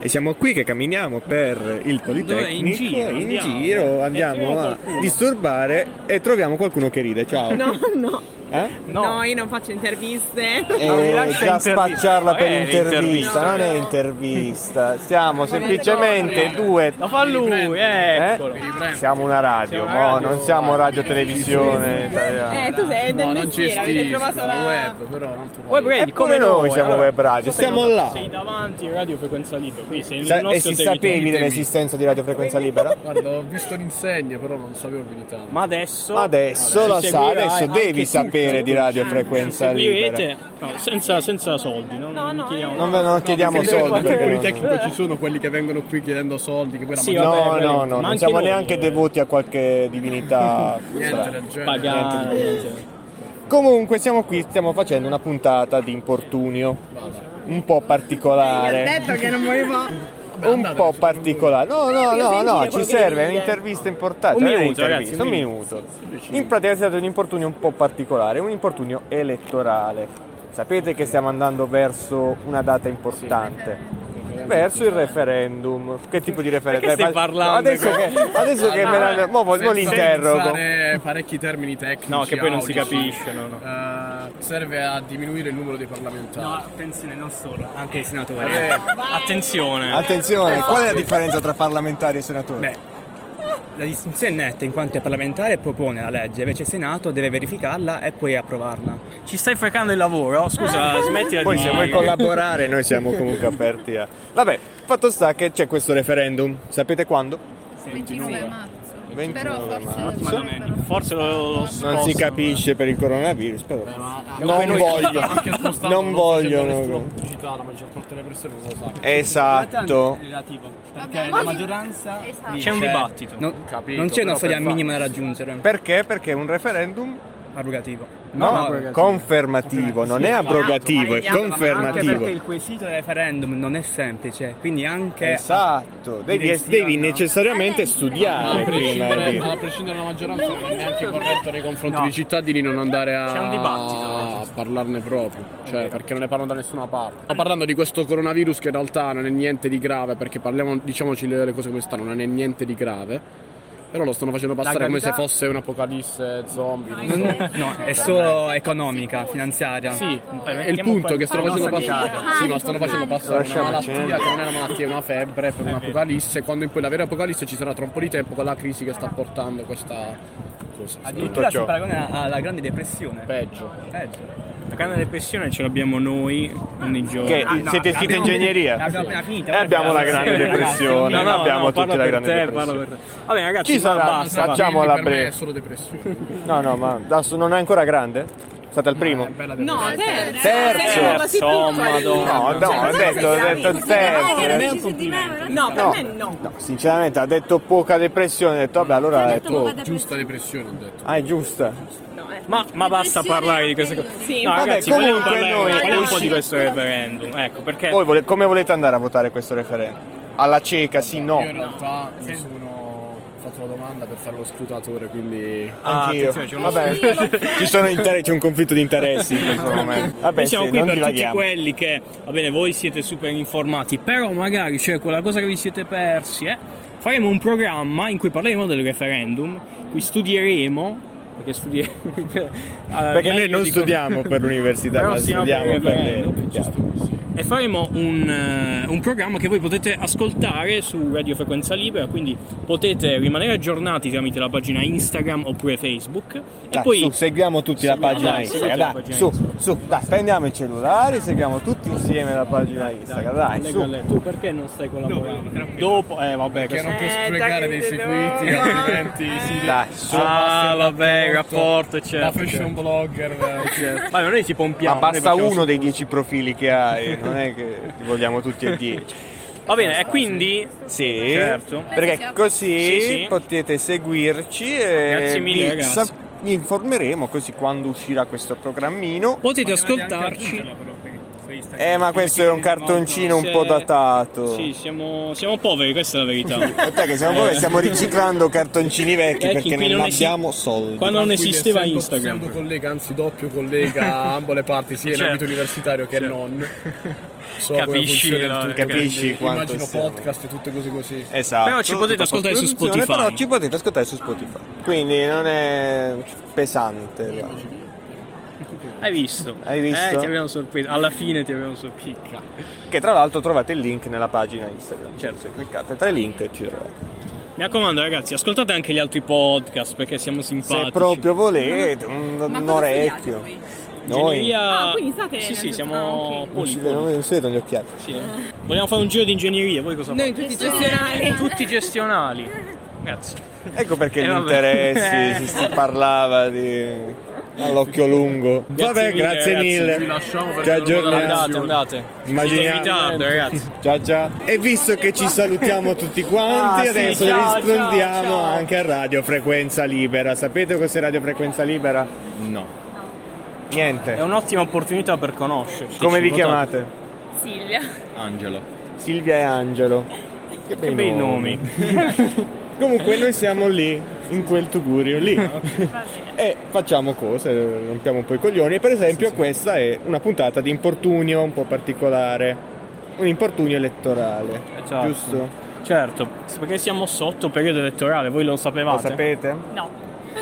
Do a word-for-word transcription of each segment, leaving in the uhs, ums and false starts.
E siamo qui che camminiamo per il Politecnico, in giro, in andiamo. giro andiamo a disturbare e troviamo qualcuno che ride. Ciao. No, no. Eh? No. no, io non faccio interviste. Eh, già spacciarla per Eh, intervista, non è intervista. Siamo semplicemente due. Lo fa lui, Eh? eccolo. Siamo una radio, mo, non siamo radio televisione italiana. Eh, tu sei del No, non mestiere, avete trovato cestista, la... web, però non tu Web radio, E come noi siamo allora, web radio, stiamo là. Sei davanti Radio Frequenza Libera, quindi sei nel Sa- nostro e si territorio. sapevi dell'esistenza di Radio Frequenza Libera? Guarda, ho visto l'insegna, però non sapevo più di tanto. Ma adesso Adesso lo ci sai, seguirai adesso anche devi tu, sapere di Radio Frequenza Libera. seguirete no, senza, senza soldi, no? No, no, chiediamo- Non, ve- non chiediamo Perché soldi al perché non- Politecnico ci sono quelli che vengono qui chiedendo soldi, che poi la Sì, maggior- vabbè, No, vabbè, no, ma no, non anche siamo noi, neanche eh. devoti a qualche divinità. niente del genere. pagare. niente. Comunque siamo qui, stiamo facendo una puntata di importunio un po' Mi ha particolare. detto che non volevo... Un po' particolare. No, no, no, no, ci serve, è un'intervista importante. Un non è minuto, un'intervista, ragazzi, un un minuto. In pratica è stato un importunio un po' particolare, un importunio elettorale. Sapete che stiamo andando verso una data importante. Verso il referendum. Che tipo di referendum? Perché stai Dai, parlando? Adesso che, adesso che me la, mo, mo Senza l'interrogo. usare parecchi termini tecnici. No, che poi non si aulici, capisce, no, no. eh, serve a diminuire il numero dei parlamentari. No, attenzione, non solo, anche i senatori. Eh. Attenzione. Attenzione, qual è la differenza tra parlamentari e senatori? Beh, la distinzione è netta in quanto il parlamentare propone la legge, invece il Senato deve verificarla e poi approvarla. Ci stai frecando il lavoro? Scusa, smettila Poi di... se vuoi collaborare noi siamo comunque aperti a... Vabbè, fatto sta che c'è questo referendum, sapete quando? ventinove marzo. ventinove Però forse marzo. Forse lo, lo Non si spostano. capisce per il coronavirus, però non Anche voglio, spostando non non vogliono. facendo pubblicità, la maggior parte delle persone non lo sa. Esatto. Relativo, perché la maggioranza C'è un dibattito. non, Capito, non c'è una però soglia per minima da raggiungere, Perché? Perché è un referendum abrogativo. no, confermativo, non è abrogativo, è Anche perché confermativo. il quesito del referendum non è semplice, quindi anche Esatto, devi, direzione, devi no? necessariamente A studiare prima prescindere, di... a prescindere dalla maggioranza non è neanche corretto nei confronti dei cittadini non andare a, C'è un dibattito, a parlarne proprio, cioè perché non ne parlano da nessuna parte. Sto parlando di questo coronavirus che in realtà non è niente di grave, perché parliamo, diciamoci le le cose come stanno, non è niente di grave. Però lo stanno facendo passare come se gravità- fosse un'apocalisse zombie. non so. non- no, è solo economica, finanziaria. Sì, è il punto che stanno facendo passare. Sì, ma stanno facendo passare una malattia che non è una malattia, è una febbre per un'apocalisse. Quando in poi la vera apocalisse ci sarà tra un po' di tempo con la crisi che sta portando questa cosa. Addirittura ciò. si paragona alla Grande Depressione. Peggio. Peggio. La grande depressione ce l'abbiamo noi ogni giorno. Che Ah, no, siete iscritti in abbiamo- ingegneria? Abbiamo appena finito. E abbiamo la grande depressione, No, no, abbiamo no, tutti parlo la per grande te, depressione. parlo per te. Va bene ragazzi, Ci sarà, basta, facciamo Quindi la per me breve. è solo depressione. No, no, ma adesso non è ancora grande? State al primo? Bella No, depressione. terzo. Terzo. Siamo così Insomma, piccoli. madonna. No, no, ha detto, ha detto terzo. No, per No. me no. No, sinceramente ha detto poca depressione, ho detto vabbè allora è poco. Giusta depressione ho detto. Ah, è giusta. Ma, ma basta parlare di queste cose. Sì. No, Vabbè, ragazzi, comunque volevo parlare noi parliamo un po' usci- di questo referendum. Ecco, perché Voi vole- come volete andare a votare questo referendum? Alla cieca, sì, no. Io in realtà mi sono fatto la domanda per fare lo scrutatore, quindi Ah, Anch'io. attenzione, c'è uno Vabbè, ci sono inter- c'è un conflitto di interessi in questo momento. Vabbè, noi siamo sì, qui non per tutti divaghiamo. quelli che, va bene, voi siete super informati, però magari c'è quella cosa che vi siete persi, eh? Faremo un programma in cui parleremo del referendum, in cui studieremo, perché studieremo... Perché noi non studiamo per l'università, Però ma stiamo studiamo per il per referendum. le... E faremo un, eh, un programma che voi potete ascoltare su Radio Frequenza Libera, quindi potete rimanere aggiornati tramite la pagina Instagram oppure Facebook. E Dai, poi su, seguiamo tutti la Seguiamo, pagina dai, Instagram, seguite la dai, pagina su, Instagram. su, dai, prendiamo i cellulari, seguiamo tutti insieme la pagina Instagram, dai, Allegro, su. allegro. Tu perché non stai collaborando? Dopo, eh vabbè, che questo- non può Eh, sprecare dai, dei no. seguiti, altrimenti si Dai, su. Ah, vabbè, il rapporto, da certo. fashion blogger. eh, Ma noi ci Ma pompiamo. basta noi facciamo- uno dei dieci profili che hai, non è che li vogliamo tutti e dieci. Va bene, e quindi Sì, Certo. perché così Sì, sì. potete seguirci e Grazie mille, vi, ragazzi. sa- vi informeremo così quando uscirà questo programmino. potete ascoltarci. Instagram. Eh, ma questo è un cartoncino un po' datato. Sì, siamo, siamo poveri, questa è la verità. Aspetta che siamo poveri, stiamo riciclando cartoncini vecchi Vecchi, perché qui non non esi- abbiamo soldi. Quando non Quindi esisteva essendo- Instagram. essendo collega, anzi doppio collega a ambo le parti, sia in Certo. ambito universitario che non. So come Capisci funziona la- il- capisci quindi quanto immagino siamo. podcast e tutte cose così. Esatto. Però ci potete Tutta ascoltare su post-produzione, Spotify. Però ci potete ascoltare su Spotify. Quindi non è pesante. va. Hai visto? Hai visto? Eh, ti abbiamo sorpreso. Alla fine ti abbiamo sorpreso. Che tra l'altro trovate il link nella pagina Instagram. Certo, se cliccate tra i link e ci trovate. Mi raccomando ragazzi, ascoltate anche gli altri podcast perché siamo simpatici. Se proprio volete, un, Ma un cosa orecchio. studiate voi? Noi Ingegneria... Ah, quindi state Sì, nel sì, senso- siamo ah, ok. non poli, si poli. vedono, non si vedono gli occhiali. Sì, eh. Vogliamo fare un giro di ingegneria, voi cosa Noi fate? tutti gestionali. Tutti gestionali. Grazie. Ecco perché Eh, gli vabbè. interessi, si, si parlava di all'occhio lungo. Vabbè, grazie ragazzi. mille. Vi lasciamo perché Ci aggiorniamo. Andate, andate. Immaginiamo- Siete in ritardo, ragazzi. Già già. E visto che ci salutiamo tutti quanti, Ah, sì, adesso ciao, rispondiamo ciao, ciao. anche a Radio Frequenza Libera. Sapete cos'è Radio Frequenza Libera? No. Niente. È un'ottima opportunità per conoscerci. Come Ci vi votate. chiamate? Silvia. Angelo. Silvia e Angelo. Che bei, Che bei nomi. Comunque noi siamo lì, in quel tugurio lì. E facciamo cose, rompiamo un po' i coglioni. E per esempio questa è una puntata di importunio un po' particolare. Un importunio elettorale. Esatto. Giusto? Certo, perché siamo sotto periodo elettorale, voi lo Lo sapevate? sapete? No.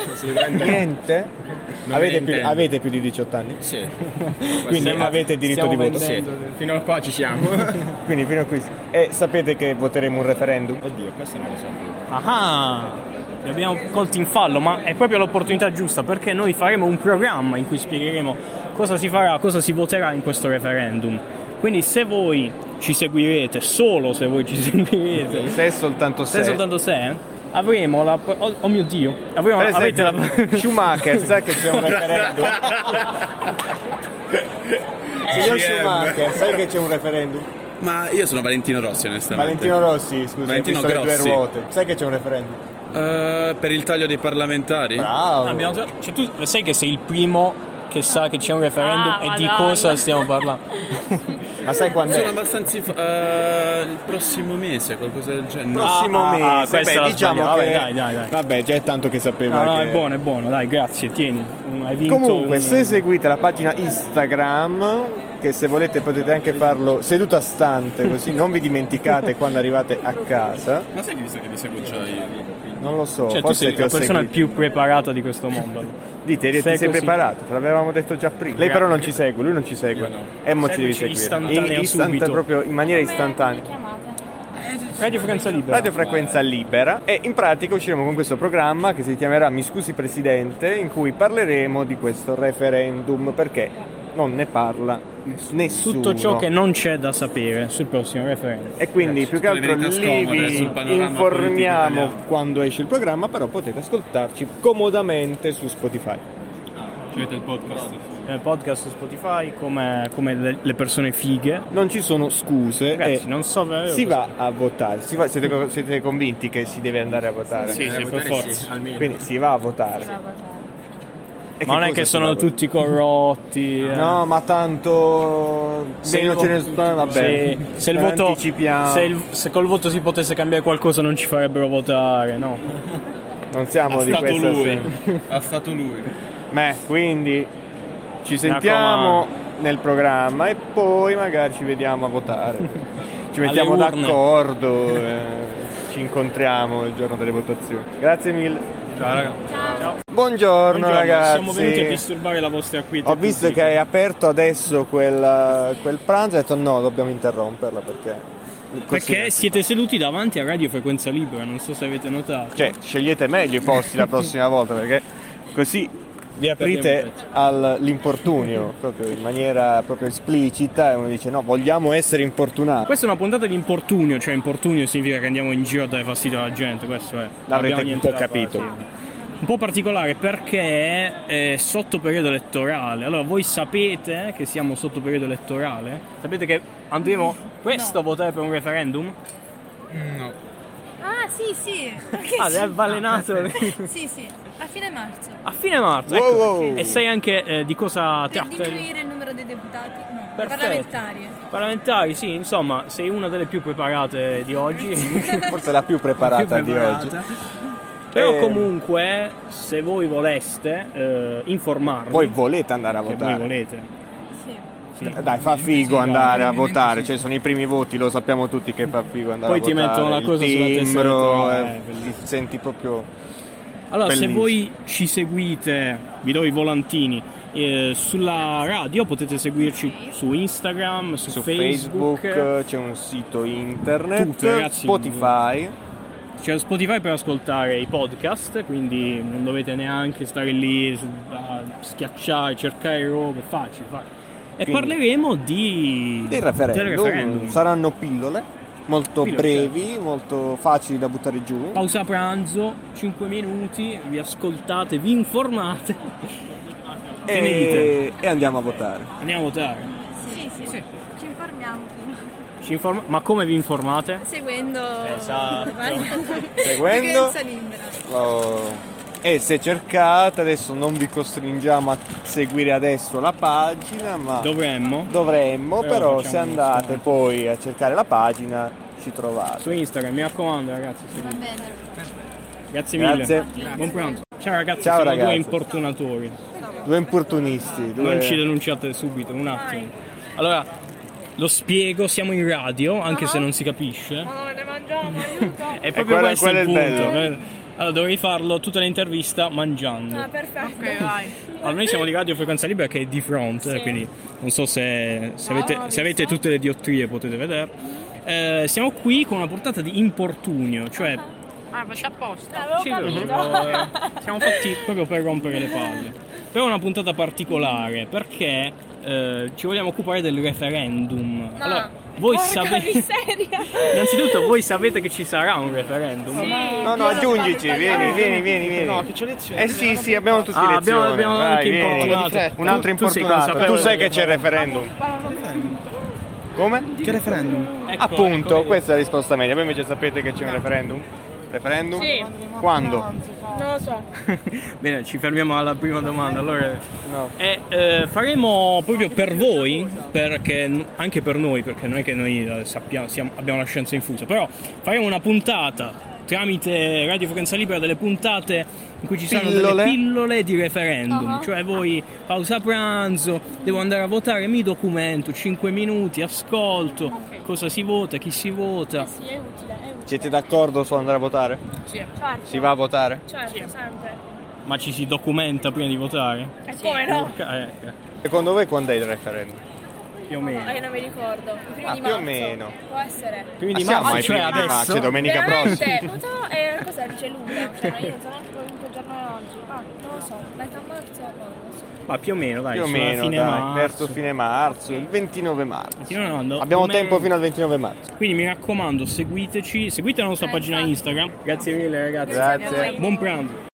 Niente? Non Avete me ne più, intendo. avete più di diciotto anni? Sì. Quindi Stiamo- avete diritto stiamo di voto. vendendo. Fino a qua ci siamo. Quindi fino a qui. E sapete che voteremo un referendum? Oddio, questo non lo so più. Ah, li abbiamo colti in fallo, ma è proprio l'opportunità giusta perché noi faremo un programma in cui spiegheremo cosa si farà, cosa si voterà in questo referendum. Quindi se voi ci seguirete, solo se voi ci seguirete, Se è soltanto se. se soltanto se, avremo la... Oh, oh mio Dio, avremo, Per avete esempio, la... Schumacher, sai che c'è un referendum? Signor Schumacher, sai che c'è un referendum? Ma io sono Valentino Rossi, onestamente. Valentino Rossi, scusa, Valentino hai visto le Grossi. due ruote. Sai che c'è un referendum? Eh, per il taglio dei parlamentari? Bravo. Abbiamo... Cioè, tu sai che sei il primo che sa che c'è un referendum Ah, e di Madonna. cosa stiamo parlando? Ma sai quando Sono è? abbastanza inf- eh, il prossimo mese, qualcosa del genere. No. Prossimo Ah, ah, ah, mese. questa Beh, la diciamo sbaglio. che... Vabbè, dai, dai, dai. Vabbè, già è tanto che sapeva No, no, che... è buono, è buono, dai, grazie, tieni. Hai vinto. Comunque, un- se seguite la pagina Instagram, che se volete potete anche farlo seduta stante, così non vi dimenticate quando arrivate a casa. Ma sai che visto che ti seguo già io? Non lo so, Cioè, tu forse sei ti la ho persona seguito. più preparata di questo mondo. Dite, ti Sei sei così. preparato, te l'avevamo detto già prima. Lei però non ci segue, lui non ci segue. E mo ci devi Seguici seguire. istantanea, In, istant- subito. proprio in maniera istantanea. Radio Frequenza Libera. Radio Frequenza Libera. E in pratica usciremo con questo programma che si chiamerà Mi scusi Presidente, in cui parleremo di questo referendum, perché non ne parla nessuno. Tutto ciò che non c'è da sapere sul prossimo referendum. E quindi più che tutte le altro verità lì scomode vi sul panorama informiamo politico italiano. quando esce il programma, però potete ascoltarci comodamente su Spotify. Ci avete il podcast? Nel podcast su Spotify, come, come le, le persone fighe. Non ci sono scuse Ragazzi, e non so vero. si va a votare. Si va- siete, siete convinti che si deve andare a votare? Sì, sì, per forza. Quindi si va a votare. E Ma non è cosa che si sono va a votare? tutti corrotti. eh. No, ma tanto Se meno il ce ne vo- sono, vabbè. se, se il Non voto, anticipiamo. se, il- se col voto si potesse cambiare qualcosa non ci farebbero votare, no? Non siamo Ha di stato questa lui. se- Ha stato lui. Beh, quindi ci sentiamo nel programma e poi magari ci vediamo a votare. Ci mettiamo Alle urne. d'accordo, eh, ci incontriamo il giorno delle votazioni. Grazie mille. Ciao, raga. Buongiorno, Buongiorno, ragazzi. siamo venuti a disturbare la vostra quiete. Ho visto che hai aperto adesso quel, quel pranzo e ho detto no, dobbiamo interromperla perché... così Perché non si siete seduti davanti a Radio Frequenza Libera, non so se avete notato. Cioè, scegliete meglio i posti la prossima volta perché così vi aprite all'importunio proprio in maniera proprio esplicita e uno dice no, vogliamo essere importunati. Questa è una puntata di importunio, cioè importunio significa che andiamo in giro a dare fastidio alla gente, questo è. Non L'avrete abbiamo un niente po' da capito. fare, sì. Un po' particolare perché è sotto periodo elettorale. Allora, voi sapete che siamo sotto periodo elettorale? Sapete che andremo questo a votare per un referendum? No. Ah, sì, sì. Perché Ah, sì. è avvelenato Sì, sì, a fine marzo. a fine marzo. Wow, ecco. wow. E sai anche eh, di cosa Per tratta? il- diminuire il numero dei deputati? No. Perfetto. Parlamentari. Parlamentari, sì, insomma, sei una delle più preparate di oggi. Forse la più preparata, Più preparata. di oggi. Però Eh, comunque, se voi voleste eh, informarvi, Voi volete andare a che voi votare? volete, Sì. sì. Dai, fa figo andare a votare, cioè sono i primi voti, lo sappiamo tutti che fa figo andare Poi a ti votare. mettono la il cosa sulla testa timbro, del- eh, eh, bellissimo. ti senti proprio. Allora, se Bellissimo. voi ci seguite, vi do i volantini, eh, sulla radio potete seguirci su Instagram, su, Su Facebook, Facebook, c'è un sito internet, Tutto, ragazzi. Spotify. c'è Spotify per ascoltare i podcast, quindi non dovete neanche stare lì su- a schiacciare, cercare robe, facile, facile. E Quindi- parleremo di... Del referendum. del referendum. Saranno pillole molto Pillole, brevi, molto facili da buttare giù. Pausa pranzo, cinque minuti, vi ascoltate, vi informate. Che ne dite? E, e andiamo a votare. Andiamo a votare. Sì, sì, ci informiamo prima. Ci inform- Ma come vi informate? Seguendo Esatto. Seguendo. Frequenza libera. Oh, e se cercate, adesso non vi costringiamo a seguire adesso la pagina, ma Dovremmo. dovremmo, Però però facciamo se uno andate sforzo. poi a cercare la pagina ci trovate. Su Instagram, mi raccomando ragazzi. Va seguite. bene. Grazie mille. Grazie. Buon pranzo. Ciao ragazzi, Ciao, siamo ragazzi. due importunatori. Due importunisti, due... Non ci denunciate subito, un attimo. Allora, lo spiego, siamo in radio, anche se non si capisce. Ma non ne mangiamo, aiuto. È proprio quello- questo quello è il il punto. bello. Allora, dovrei farlo tutta l'intervista mangiando. Ah, perfetto. Ok, vai. Allora, noi siamo di Radio Frequenza Libera che è di fronte, quindi non so se, se, avete, se avete tutte le diottrie potete vedere. Eh, siamo qui con una portata di importunio, cioè Ah, faccio apposta. sì, eh, siamo fatti proprio per rompere le palle. Però è una puntata particolare perché eh, ci vogliamo occupare del referendum. Allora, voi sapete. miseria. Innanzitutto voi sapete che ci sarà un referendum. No, no, aggiungici, vieni, vieni, vieni, vieni. No, che c'è lezione. Eh sì, sì, abbiamo tutti Ah, abbiamo, lezione. abbiamo Vai, anche vieni. importunato. Un altro Tu- tu sei importunato. Tu consapevole sai che che- c'è il referendum. Come? Che referendum? Ecco, Appunto, ecco. questa è la risposta media. Voi invece sapete che c'è un referendum? Referendum? Sì. Quando? Non lo so. Bene, ci fermiamo alla prima domanda. Allora, No. e, eh, faremo proprio per voi, perché anche per noi, perché non è che noi eh, sappiamo, siamo- abbiamo la scienza infusa, però faremo una puntata tramite Radio Frequenza Libera, delle puntate in cui ci saranno Pillole. delle pillole di referendum, cioè voi pausa pranzo, devo andare a votare, mi documento, cinque minuti, ascolto cosa si vota, chi si vota. Sì, è utile, è utile. Siete d'accordo su andare a votare? Certo, Si va a votare? certo, sempre. Ma ci si documenta prima di votare? E come no? Porca- eh, eh, Secondo voi quando è il referendum? più o meno. Eh, non mi ricordo. I primi Ah, di più o marzo. meno. Può essere. Primi di Ah, siamo marzo, ai cioè primi di adesso. marzo, è domenica Veramente? prossima. Non so, eh, cos'è? Dice Luna. Cioè, io non so neanche quale giorno è oggi. Ah, non lo so. Metà marzo? No, non lo so. Ma più o meno, dai, Più o sulla meno, fine dai, marzo. verso fine marzo, il ventinove marzo. ventinove marzo. Abbiamo Come- tempo fino al ventinove marzo. Quindi mi raccomando, seguiteci, seguite la nostra pagina Instagram. Grazie mille ragazzi. Grazie. Buon pranzo.